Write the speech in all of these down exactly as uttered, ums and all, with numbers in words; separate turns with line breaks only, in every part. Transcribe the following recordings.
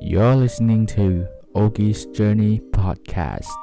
You're listening to Ogie's Journey Podcast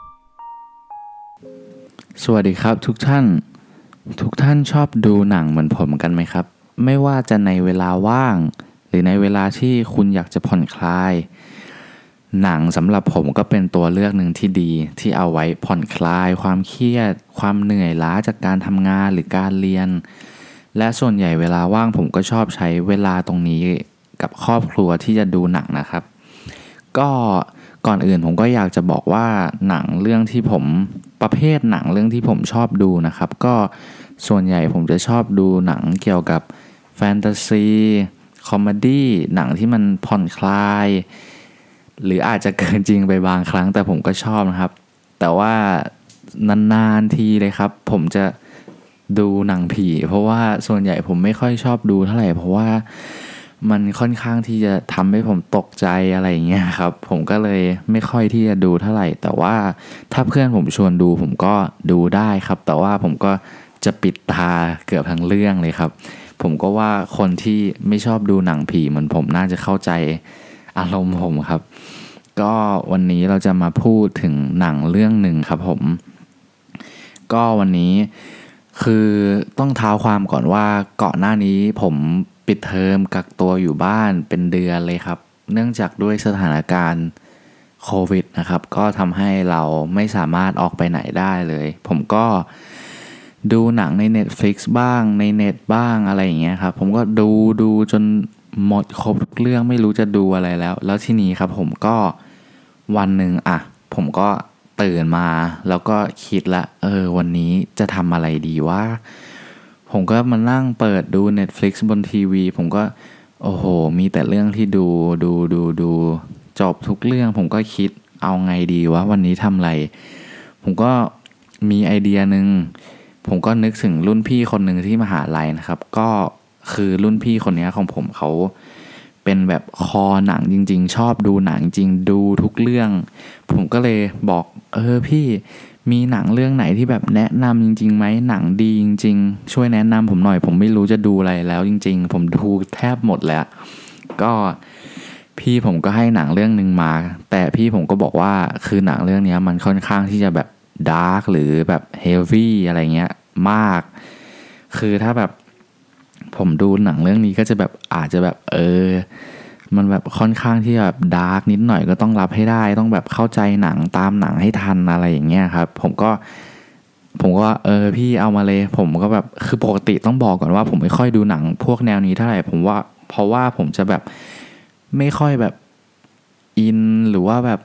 สวัสดีครับทุกท่านทุกท่านชอบดูหนังเหมือนผมกันไหมครับไม่ว่าจะในเวลาว่างหรือในเวลาที่คุณอยากจะผ่อนคลายหนังสำหรับผมก็เป็นตัวเลือกหนึ่งที่ดีที่เอาไว้ผ่อนคลายความเครียดความเหนื่อยล้าจากการทำงานหรือการเรียนและส่วนใหญ่เวลาว่างผมก็ชอบใช้เวลาตรงนี้กับครอบครัวที่จะดูหนังนะครับก็ก่อนอื่นผมก็อยากจะบอกว่าหนังเรื่องที่ผมประเภทหนังเรื่องที่ผมชอบดูนะครับก็ส่วนใหญ่ผมจะชอบดูหนังเกี่ยวกับแฟนตาซีคอมเมดี้หนังที่มันผ่อนคลายหรืออาจจะเกินจริงไปบางครั้งแต่ผมก็ชอบนะครับแต่ว่านานๆทีเลยครับผมจะดูหนังผีเพราะว่าส่วนใหญ่ผมไม่ค่อยชอบดูเท่าไหร่เพราะว่ามันค่อนข้างที่จะทำให้ผมตกใจอะไรอย่างเงี้ยครับผมก็เลยไม่ค่อยที่จะดูเท่าไหร่แต่ว่าถ้าเพื่อนผมชวนดูผมก็ดูได้ครับแต่ว่าผมก็จะปิดตาเกือบทั้งเรื่องเลยครับผมก็ว่าคนที่ไม่ชอบดูหนังผีเหมือนผมน่าจะเข้าใจอารมณ์ผมครับก็วันนี้เราจะมาพูดถึงหนังเรื่องหนึ่งครับผมก็วันนี้คือต้องเท้าความก่อนว่าก่อนหน้านี้ผมปิดเทอมกักตัวอยู่บ้านเป็นเดือนเลยครับเนื่องจากด้วยสถานการณ์โควิดนะครับก็ทำให้เราไม่สามารถออกไปไหนได้เลยผมก็ดูหนังใน Netflix บ้างในเน็ตบ้างอะไรอย่างเงี้ยครับผมก็ดูดูจนหมดครบทุกเรื่องไม่รู้จะดูอะไรแล้วแล้วทีนี้ครับผมก็วันหนึ่งอ่ะผมก็ตื่นมาแล้วก็คิดละเออวันนี้จะทำอะไรดีวะผมก็มานั่งเปิดดู Netflix บนทีวีผมก็โอ้โหมีแต่เรื่องที่ดูดูดูดูจบทุกเรื่องผมก็คิดเอาไงดีวะวันนี้ทำอะไรผมก็มีไอเดียนึงผมก็นึกถึงรุ่นพี่คนหนึ่งที่มหาลัยนะครับก็คือรุ่นพี่คนนี้ของผมเขาเป็นแบบคอหนังจริงๆชอบดูหนังจริงดูทุกเรื่องผมก็เลยบอกเออพี่มีหนังเรื่องไหนที่แบบแนะนำจริงๆไหมหนังดีจริงๆช่วยแนะนำผมหน่อยผมไม่รู้จะดูอะไรแล้วจริงๆผมดูแทบหมดแล้วก็พี่ผมก็ให้หนังเรื่องนึงมาแต่พี่ผมก็บอกว่าคือหนังเรื่องนี้มันค่อนข้างที่จะแบบดาร์กหรือแบบเฮฟวี่อะไรเงี้ยมากคือถ้าแบบผมดูหนังเรื่องนี้ก็จะแบบอาจจะแบบเออมันแบบค่อนข้างที่แบบดาร์กนิดหน่อยก็ต้องรับให้ได้ต้องแบบเข้าใจหนังตามหนังให้ทันอะไรอย่างเงี้ยครับผมก็ผมก็เออพี่เอามาเลยผมก็แบบคือปกติต้องบอกก่อนว่าผมไม่ค่อยดูหนังพวกแนวนี้เท่าไหร่ผมว่าเพราะว่าผมจะแบบไม่ค่อยแบบอินหรือว่าแบบ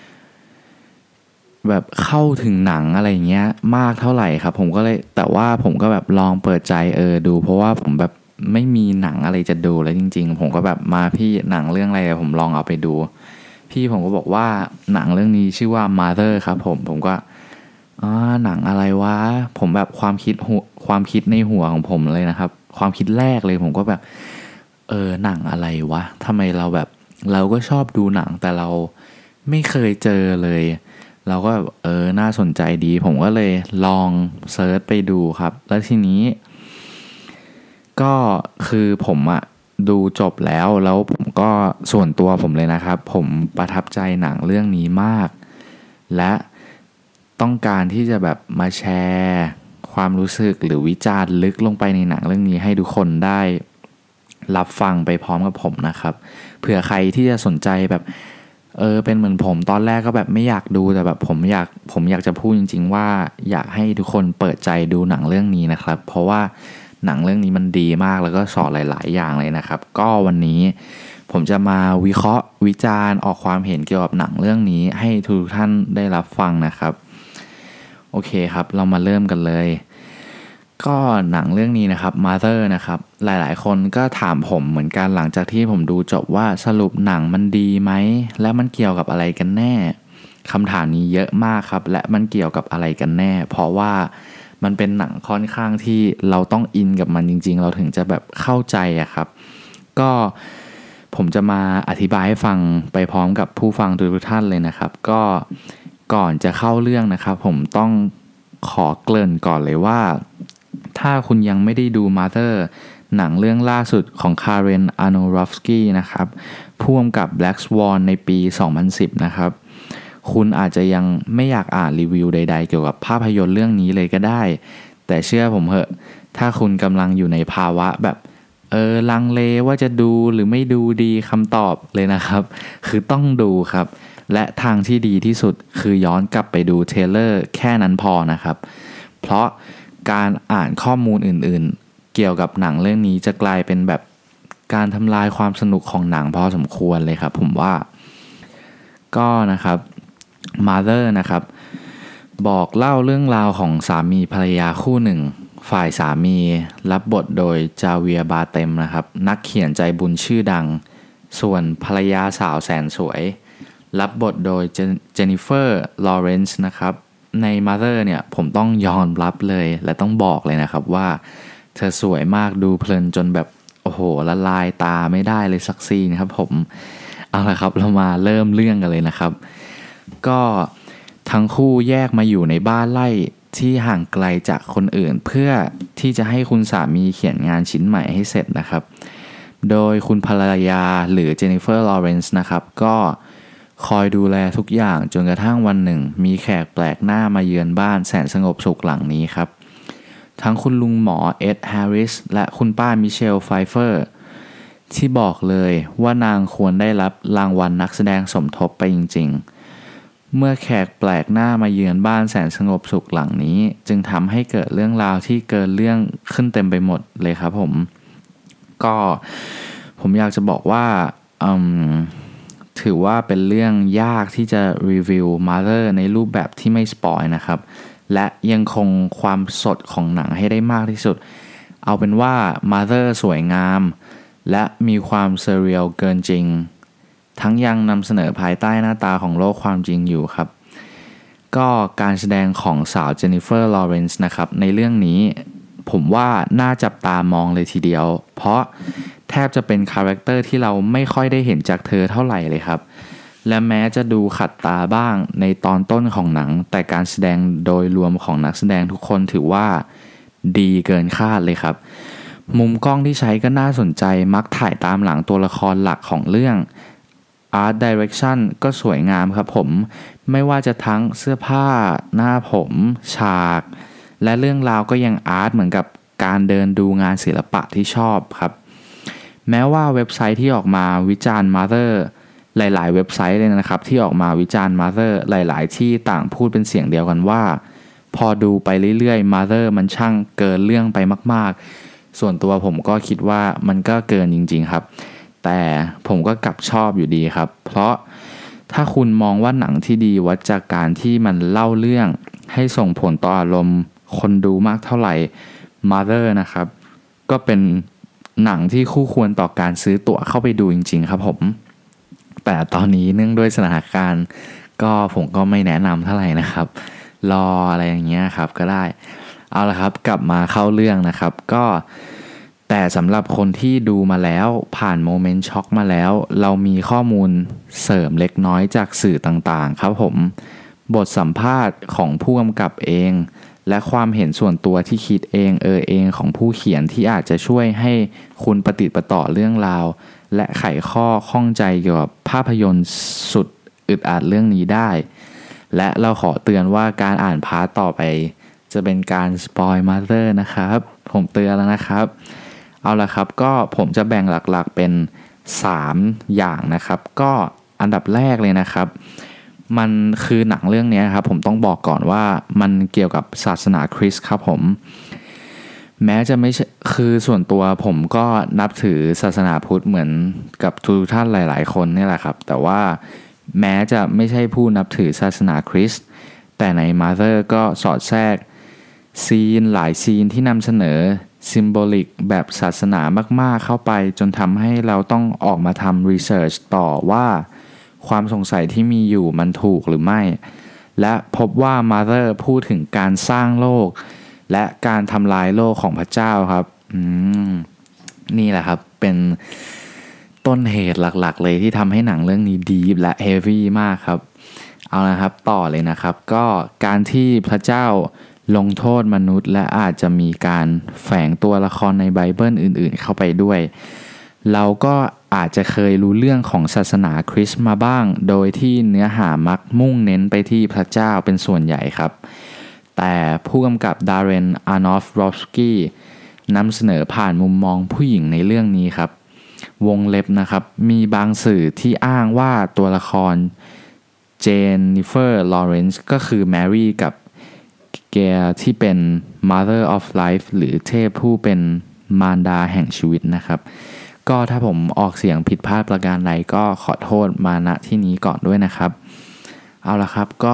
แบบเข้าถึงหนังอะไรเงี้ยมากเท่าไหร่ครับผมก็เลยแต่ว่าผมก็แบบลองเปิดใจเออดูเพราะว่าผมแบบไม่มีหนังอะไรจะดูแล้วจริงๆผมก็แบบมาพี่หนังเรื่องอะไรผมลองเอาไปดูพี่ผมก็บอกว่าหนังเรื่องนี้ชื่อว่า Mother ครับผมผมก็อ่าหนังอะไรวะผมแบบความคิดความคิดในหัวของผมเลยนะครับความคิดแรกเลยผมก็แบบเออหนังอะไรวะทำไมเราแบบเราก็ชอบดูหนังแต่เราไม่เคยเจอเลยเราก็เออน่าสนใจดีผมก็เลยลองเซิร์ชไปดูครับแล้วทีนี้ก็คือผมอะดูจบแล้วแล้วผมก็ส่วนตัวผมเลยนะครับผมประทับใจหนังเรื่องนี้มากและต้องการที่จะแบบมาแชร์ความรู้สึกหรือวิจารณ์ลึกลงไปในหนังเรื่องนี้ให้ทุกคนได้รับฟังไปพร้อมกับผมนะครับเผื่อใครที่จะสนใจแบบเออเป็นเหมือนผมตอนแรกก็แบบไม่อยากดูแต่แบบผมอยากผมอยากจะพูดจริงๆว่าอยากให้ทุกคนเปิดใจดูหนังเรื่องนี้นะครับเพราะว่าหนังเรื่องนี้มันดีมากแล้วก็สอนหลายๆอย่างเลยนะครับก็วันนี้ผมจะมาวิเคราะห์วิจารณ์ออกความเห็นเกี่ยวกับหนังเรื่องนี้ให้ทุกท่านได้รับฟังนะครับโอเคครับเรามาเริ่มกันเลยก็หนังเรื่องนี้นะครับ Mother นะครับหลายๆคนก็ถามผมเหมือนกันหลังจากที่ผมดูจบว่าสรุปหนังมันดีไหมและมันเกี่ยวกับอะไรกันแน่คำถามนี้เยอะมากครับและมันเกี่ยวกับอะไรกันแน่เพราะว่ามันเป็นหนังค่อนข้างที่เราต้องอินกับมันจริงๆเราถึงจะแบบเข้าใจอะครับก็ผมจะมาอธิบายให้ฟังไปพร้อมกับผู้ฟังทุกท่านเลยนะครับก็ก่อนจะเข้าเรื่องนะครับผมต้องขอเกริ่นก่อนเลยว่าถ้าคุณยังไม่ได้ดู Mother หนังเรื่องล่าสุดของคาเรน อาโนรอฟสกี้นะครับผู้กำกับ Black Swan ในปี สองพันสิบ นะครับคุณอาจจะยังไม่อยากอ่านรีวิวใดๆเกี่ยวกับภาพยนตร์เรื่องนี้เลยก็ได้แต่เชื่อผมเหอะถ้าคุณกำลังอยู่ในภาวะแบบเออลังเลว่าจะดูหรือไม่ดูดีคำตอบเลยนะครับคือต้องดูครับและทางที่ดีที่สุดคือย้อนกลับไปดูเทรลเลอร์แค่นั้นพอนะครับเพราะการอ่านข้อมูลอื่นๆเกี่ยวกับหนังเรื่องนี้จะกลายเป็นแบบการทำลายความสนุกของหนังพอสมควรเลยครับผมว่าก็นะครับ Mother นะครับบอกเล่าเรื่องราวของสามีภรรยาคู่หนึ่งฝ่ายสามีรับบทโดยจาเวียร์บาเต็มนะครับนักเขียนใจบุญชื่อดังส่วนภรรยาสาวแสนสวยรับบทโดยเจนนิเฟอร์ลอเรนซ์นะครับใน Mother เนี่ยผมต้องยอมรับเลยและต้องบอกเลยนะครับว่าเธอสวยมากดูเพลินจนแบบโอ้โหละลายตาไม่ได้เลยสักซีนครับผมเอาละครับเรามาเริ่มเรื่องกันเลยนะครับก็ทั้งคู่แยกมาอยู่ในบ้านไร่ที่ห่างไกลจากคนอื่นเพื่อที่จะให้คุณสามีเขียนงานชิ้นใหม่ให้เสร็จนะครับโดยคุณภรรยาหรือเจนนิเฟอร์ลอเรนซ์นะครับก็คอยดูแลทุกอย่างจนกระทั่งวันหนึ่งมีแขกแปลกหน้ามาเยือนบ้านแสนสงบสุขหลังนี้ครับทั้งคุณลุงหมอเอ็ดแฮร์ริสและคุณป้ามิเชลไฟเฟอร์ที่บอกเลยว่านางควรได้รับรางวัลนักแสดงสมทบไปจริงๆเมื่อแขกแปลกหน้ามาเยือนบ้านแสนสงบสุขหลังนี้จึงทำให้เกิดเรื่องราวที่เกินเรื่องขึ้นเต็มไปหมดเลยครับผมก็ผมอยากจะบอกว่าอืมถือว่าเป็นเรื่องยากที่จะรีวิว Mother ในรูปแบบที่ไม่สปอยนะครับและยังคงความสดของหนังให้ได้มากที่สุดเอาเป็นว่า Mother สวยงามและมีความเซเรียลเกินจริงทั้งยังนำเสนอภายใต้หน้าตาของโลกความจริงอยู่ครับก็การแสดงของสาวเจนนิเฟอร์ลอเรนซ์นะครับในเรื่องนี้ผมว่าน่าจับตามองเลยทีเดียวเพราะแทบจะเป็นคาแรคเตอร์ที่เราไม่ค่อยได้เห็นจากเธอเท่าไหร่เลยครับและแม้จะดูขัดตาบ้างในตอนต้นของหนังแต่การแสดงโดยรวมของนักแสดงทุกคนถือว่าดีเกินคาดเลยครับมุมกล้องที่ใช้ก็น่าสนใจมักถ่ายตามหลังตัวละครหลักของเรื่อง Art Direction ก็สวยงามครับผมไม่ว่าจะทั้งเสื้อผ้าหน้าผมฉากและเรื่องราวก็ยังอาร์ตเหมือนกับการเดินดูงานศิลปะที่ชอบครับแม้ว่าเว็บไซต์ที่ออกมาวิจารณ์ Mother หลายๆเว็บไซต์เลยนะครับที่ออกมาวิจารณ์ Mother หลายๆที่ต่างพูดเป็นเสียงเดียวกันว่าพอดูไปเรื่อยๆ Mother มันช่างเกินเรื่องไปมากๆส่วนตัวผมก็คิดว่ามันก็เกินจริงๆครับแต่ผมก็กลับชอบอยู่ดีครับเพราะถ้าคุณมองว่าหนังที่ดีวัดจากการที่มันเล่าเรื่องให้ส่งผลต่ออารมณ์คนดูมากเท่าไหร่ Mother นะครับก็เป็นหนังที่คู่ควรต่อการซื้อตั๋วเข้าไปดูจริงๆครับผมแต่ตอนนี้เนื่องด้วยสถานการณ์ก็ผมก็ไม่แนะนำเท่าไหร่นะครับรออะไรอย่างเงี้ยครับก็ได้เอาละครับกลับมาเข้าเรื่องนะครับก็แต่สำหรับคนที่ดูมาแล้วผ่านโมเมนต์ช็อกมาแล้วเรามีข้อมูลเสริมเล็กน้อยจากสื่อต่างๆครับผมบทสัมภาษณ์ของผู้กำกับเองและความเห็นส่วนตัวที่คิดเองเออเองของผู้เขียนที่อาจจะช่วยให้คุณปฏิปต่อเรื่องราวและไขข้อข้องใจเกี่ยวกับภาพยนตร์สุดอึดอัดเรื่องนี้ได้และเราขอเตือนว่าการอ่านพาร์ทต่อไปจะเป็นการสปอยล์ Mother นะครับผมเตือนแล้วนะครับเอาละครับก็ผมจะแบ่งหลักๆเป็นสามอย่างนะครับก็อันดับแรกเลยนะครับมันคือหนังเรื่องนี้ครับผมต้องบอกก่อนว่ามันเกี่ยวกับศาสนาคริสต์ครับผมแม้จะไม่ใช่คือส่วนตัวผมก็นับถือศาสนาพุทธเหมือนกับทุกท่านหลายๆคนนี่แหละครับแต่ว่าแม้จะไม่ใช่ผู้นับถือศาสนาคริสต์แต่ใน Mother ก็สอดแทรกซีนหลายซีนที่นำเสนอซิมโบลิกแบบศาสนามากๆเข้าไปจนทำให้เราต้องออกมาทำรีเสิร์ชต่อว่าความสงสัยที่มีอยู่มันถูกหรือไม่และพบว่า Mother พูดถึงการสร้างโลกและการทำลายโลกของพระเจ้าครับอืมนี่แหละครับเป็นต้นเหตุหลักๆเลยที่ทำให้หนังเรื่องนี้ดีฟและเฮฟวี่มากครับเอาละครับต่อเลยนะครับก็การที่พระเจ้าลงโทษมนุษย์และอาจจะมีการแฝงตัวละครในไบเบิลอื่นๆเข้าไปด้วยเราก็อาจจะเคยรู้เรื่องของศาสนาคริสต์มาบ้างโดยที่เนื้อหามักมุ่งเน้นไปที่พระเจ้าเป็นส่วนใหญ่ครับแต่ผู้กำกับดาร์เรน อาร์นอฟรอฟสกี้นำเสนอผ่านมุมมองผู้หญิงในเรื่องนี้ครับวงเล็บนะครับมีบางสื่อที่อ้างว่าตัวละครเจนนิเฟอร์ลอเรนซ์ก็คือแมรี่กับแกที่เป็น Mother of Life หรือเทพผู้เป็นมารดาแห่งชีวิตนะครับก็ถ้าผมออกเสียงผิดพลาดประการใดก็ขอโทษมาณที่นี้ก่อนด้วยนะครับเอาละครับก็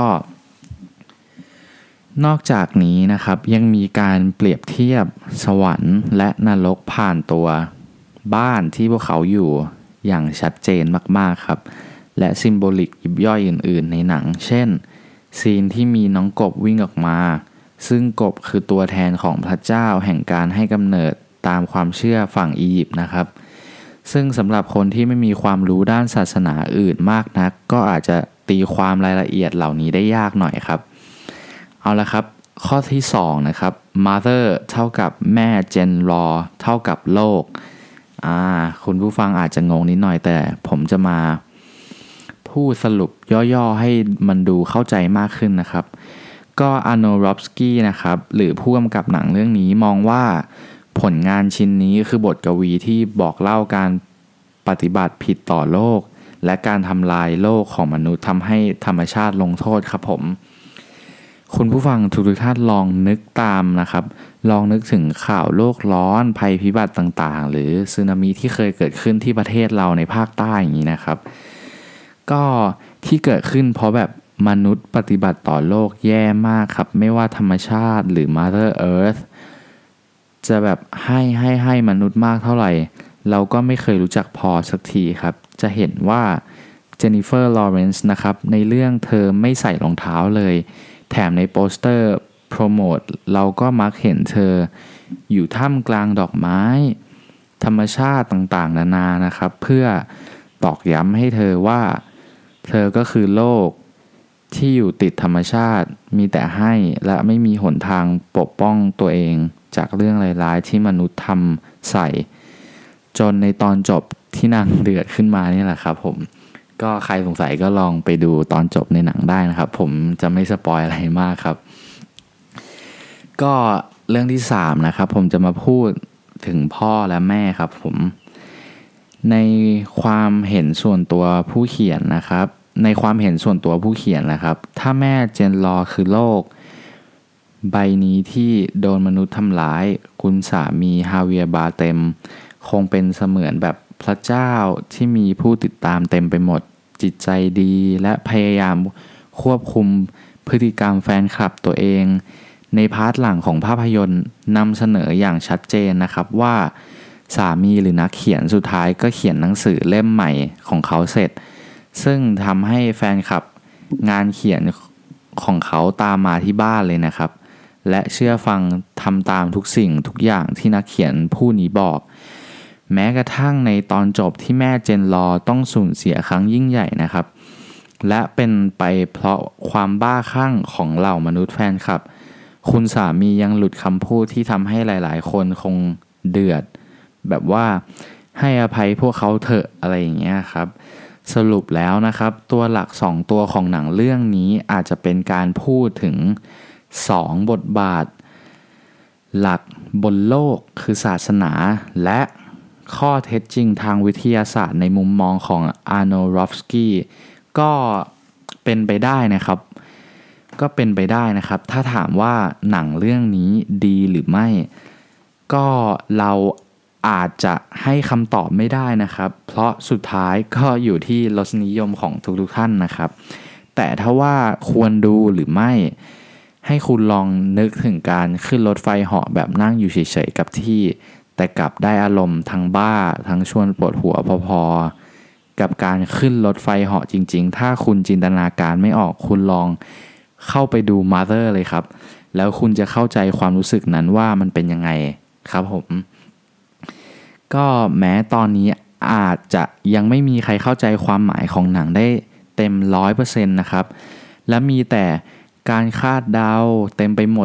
นอกจากนี้นะครับยังมีการเปรียบเทียบสวรรค์และนรกผ่านตัวบ้านที่พวกเขาอยู่อย่างชัดเจนมากๆครับและซิมโบลิกยิบย่อยอื่นๆในหนังเช่นซีนที่มีน้องกบวิ่งออกมาซึ่งกบคือตัวแทนของพระเจ้าแห่งการให้กำเนิดตามความเชื่อฝั่งอียิปต์นะครับซึ่งสำหรับคนที่ไม่มีความรู้ด้านศาสนาอื่นมากนักก็อาจจะตีความรายละเอียดเหล่านี้ได้ยากหน่อยครับเอาละครับข้อที่สองนะครับ mother เท่ากับแม่ gen law เท่ากับโลกอ่าคุณผู้ฟังอาจจะงงนิดหน่อยแต่ผมจะมาพูดสรุปย่อๆให้มันดูเข้าใจมากขึ้นนะครับก็อาโนรอฟสกี้นะครับหรือผู้กำกับหนังเรื่องนี้มองว่าผลงานชิ้นนี้คือบทกวีที่บอกเล่าการปฏิบัติผิดต่อโลกและการทำลายโลกของมนุษย์ทำให้ธรรมชาติลงโทษครับผมคุณผู้ฟังทุกท่านลองนึกตามนะครับลองนึกถึงข่าวโลกร้อนภัยพิบัติต่างๆหรือสึนามิที่เคยเกิดขึ้นที่ประเทศเราในภาคใต้อย่างนี้นะครับก็ที่เกิดขึ้นเพราะแบบมนุษย์ปฏิบัติต่อโลกแย่มากครับไม่ว่าธรรมชาติหรือ Mother Earth จะแบบให้ให้ให้มนุษย์มากเท่าไหร่เราก็ไม่เคยรู้จักพอสักทีครับจะเห็นว่าเจนนิเฟอร์ลอเรนซ์นะครับในเรื่องเธอไม่ใส่รองเท้าเลยแถมในโปสเตอร์โปรโมทเราก็มักเห็นเธออยู่ท่ามกลางดอกไม้ธรรมชาติต่างๆนานานะครับเพื่อตอกย้ำให้เธอว่าเธอก็คือโลกที่อยู่ติดธรรมชาติมีแต่ให้และไม่มีหนทางปกป้องตัวเองจากเรื่องร้ายๆที่มนุษย์ทำใส่จนในตอนจบที่นางเดือดขึ้นมานี่แหละครับผมก็ใครสงสัยก็ลองไปดูตอนจบในหนังได้นะครับผมจะไม่สปอยอะไรมากครับก็เรื่องที่สามนะครับผมจะมาพูดถึงพ่อและแม่ครับผมในความเห็นส่วนตัวผู้เขียนนะครับในความเห็นส่วนตัวผู้เขียนนะครับถ้าแม่เจนลอคือโลกใบนี้ที่โดนมนุษย์ทำร้ายคุณสามีฮาเวียร์บาเต็มคงเป็นเสมือนแบบพระเจ้าที่มีผู้ติดตามเต็มไปหมดจิตใจดีและพยายามควบคุมพฤติกรรมแฟนคลับตัวเองในพาร์ทหลังของภาพยนตร์นำเสนออย่างชัดเจนนะครับว่าสามีหรือนักเขียนสุดท้ายก็เขียนหนังสือเล่มใหม่ของเขาเสร็จซึ่งทำให้แฟนคลับงานเขียนของเขาตามมาที่บ้านเลยนะครับและเชื่อฟังทำตามทุกสิ่งทุกอย่างที่นักเขียนผู้นี้บอกแม้กระทั่งในตอนจบที่แม่เจนลอต้องสูญเสียครั้งยิ่งใหญ่นะครับและเป็นไปเพราะความบ้าคลั่งของเหล่ามนุษย์แฟนคลับคุณสามียังหลุดคำพูดที่ทำให้หลายๆคนคงเดือดแบบว่าให้อภัยพวกเขาเถอะอะไรอย่างเงี้ยครับสรุปแล้วนะครับตัวหลักสองตัวของหนังเรื่องนี้อาจจะเป็นการพูดถึงสองบทบาทหลักบนโลกคือศาสนาและข้อเท็จจริงทางวิทยาศาสตร์ในมุมมองของอาร์โนรอฟสกี้ก็เป็นไปได้นะครับก็เป็นไปได้นะครับถ้าถามว่าหนังเรื่องนี้ดีหรือไม่ก็เราอาจจะให้คำตอบไม่ได้นะครับเพราะสุดท้ายก็อยู่ที่รสนิยมของทุกๆท่านนะครับแต่ถ้าว่าควรดูหรือไม่ให้คุณลองนึกถึงการขึ้นรถไฟเหาะแบบนั่งอยู่เฉยๆกับที่แต่กลับได้อารมณ์ทั้งบ้าทั้งชวนปวดหัวพอๆกับการขึ้นรถไฟเหาะจริงๆถ้าคุณจินตนาการไม่ออกคุณลองเข้าไปดู Mother เลยครับแล้วคุณจะเข้าใจความรู้สึกนั้นว่ามันเป็นยังไงครับผมก็แม้ตอนนี้อาจจะยังไม่มีใครเข้าใจความหมายของหนังได้เต็ม ร้อยเปอร์เซ็นต์ นะครับและมีแต่การคาดเดาเต็มไปหมด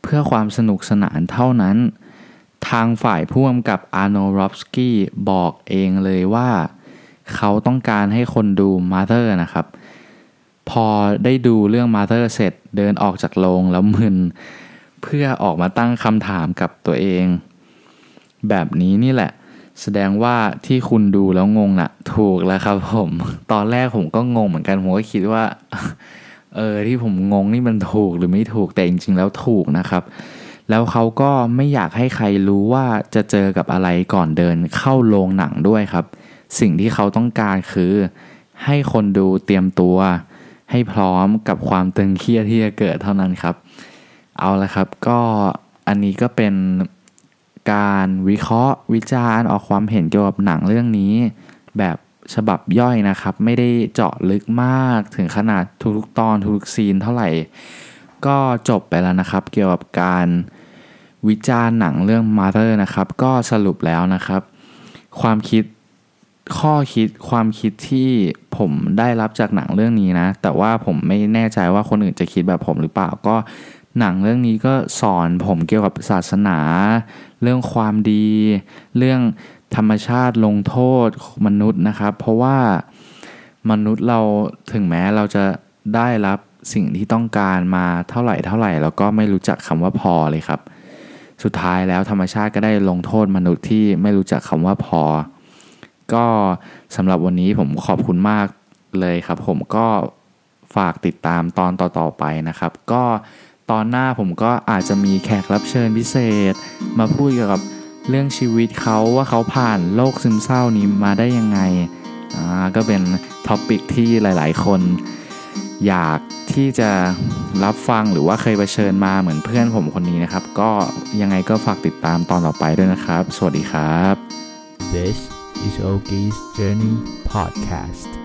เพื่อความสนุกสนานเท่านั้นทางฝ่ายผู้กำกับอาร์โนรอฟสกี้บอกเองเลยว่าเขาต้องการให้คนดู Mother นะครับพอได้ดูเรื่อง Mother เสร็จเดินออกจากโรงแล้วมึนเพื่อออกมาตั้งคำถามกับตัวเองแบบนี้นี่แหละแสดงว่าที่คุณดูแล้วงงน่ะถูกแล้วครับผมตอนแรกผมก็งงเหมือนกันผมก็คิดว่าเออที่ผมงงนี่มันถูกหรือไม่ถูกแต่จริงๆแล้วถูกนะครับแล้วเขาก็ไม่อยากให้ใครรู้ว่าจะเจอกับอะไรก่อนเดินเข้าโรงหนังด้วยครับสิ่งที่เขาต้องการคือให้คนดูเตรียมตัวให้พร้อมกับความตึงเครียดที่จะเกิดเท่านั้นครับเอาละครับก็อันนี้ก็เป็นการวิเคราะห์วิจารณ์ออกความเห็นเกี่ยวกับหนังเรื่องนี้แบบฉบับย่อยนะครับไม่ได้เจาะลึกมากถึงขนาดทุกๆตอนทุกๆซีนเท่าไหร่ก็จบไปแล้วนะครับเกี่ยวกับการวิจารณ์หนังเรื่อง Mother นะครับก็สรุปแล้วนะครับความคิดข้อคิดความคิดที่ผมได้รับจากหนังเรื่องนี้นะแต่ว่าผมไม่แน่ใจว่าคนอื่นจะคิดแบบผมหรือเปล่าก็หนังเรื่องนี้ก็สอนผมเกี่ยวกับศาสนาเรื่องความดีเรื่องธรรมชาติลงโทษมนุษย์นะครับเพราะว่ามนุษย์เราถึงแม้เราจะได้รับสิ่งที่ต้องการมาเท่าไหร่เท่าไหร่แล้วก็ไม่รู้จักคำว่าพอเลยครับสุดท้ายแล้วธรรมชาติก็ได้ลงโทษมนุษย์ที่ไม่รู้จักคำว่าพอก็สำหรับวันนี้ผมขอบคุณมากเลยครับผมก็ฝากติดตามตอนต่อๆไปนะครับก็ตอนหน้าผมก็อาจจะมีแขกรับเชิญพิเศษมาพูดเกี่ยวกับเรื่องชีวิตเขาว่าเขาผ่านโรคซึมเศร้านี้มาได้ยังไงอ่าก็เป็นท็อปิกที่หลายๆคนอยากที่จะรับฟังหรือว่าเคยเผชิญมาเหมือนเพื่อนผมคนนี้นะครับก็ยังไงก็ฝากติดตามตอนต่อไปด้วยนะครับสวัสดีครับ
This is Ogi's Journey Podcast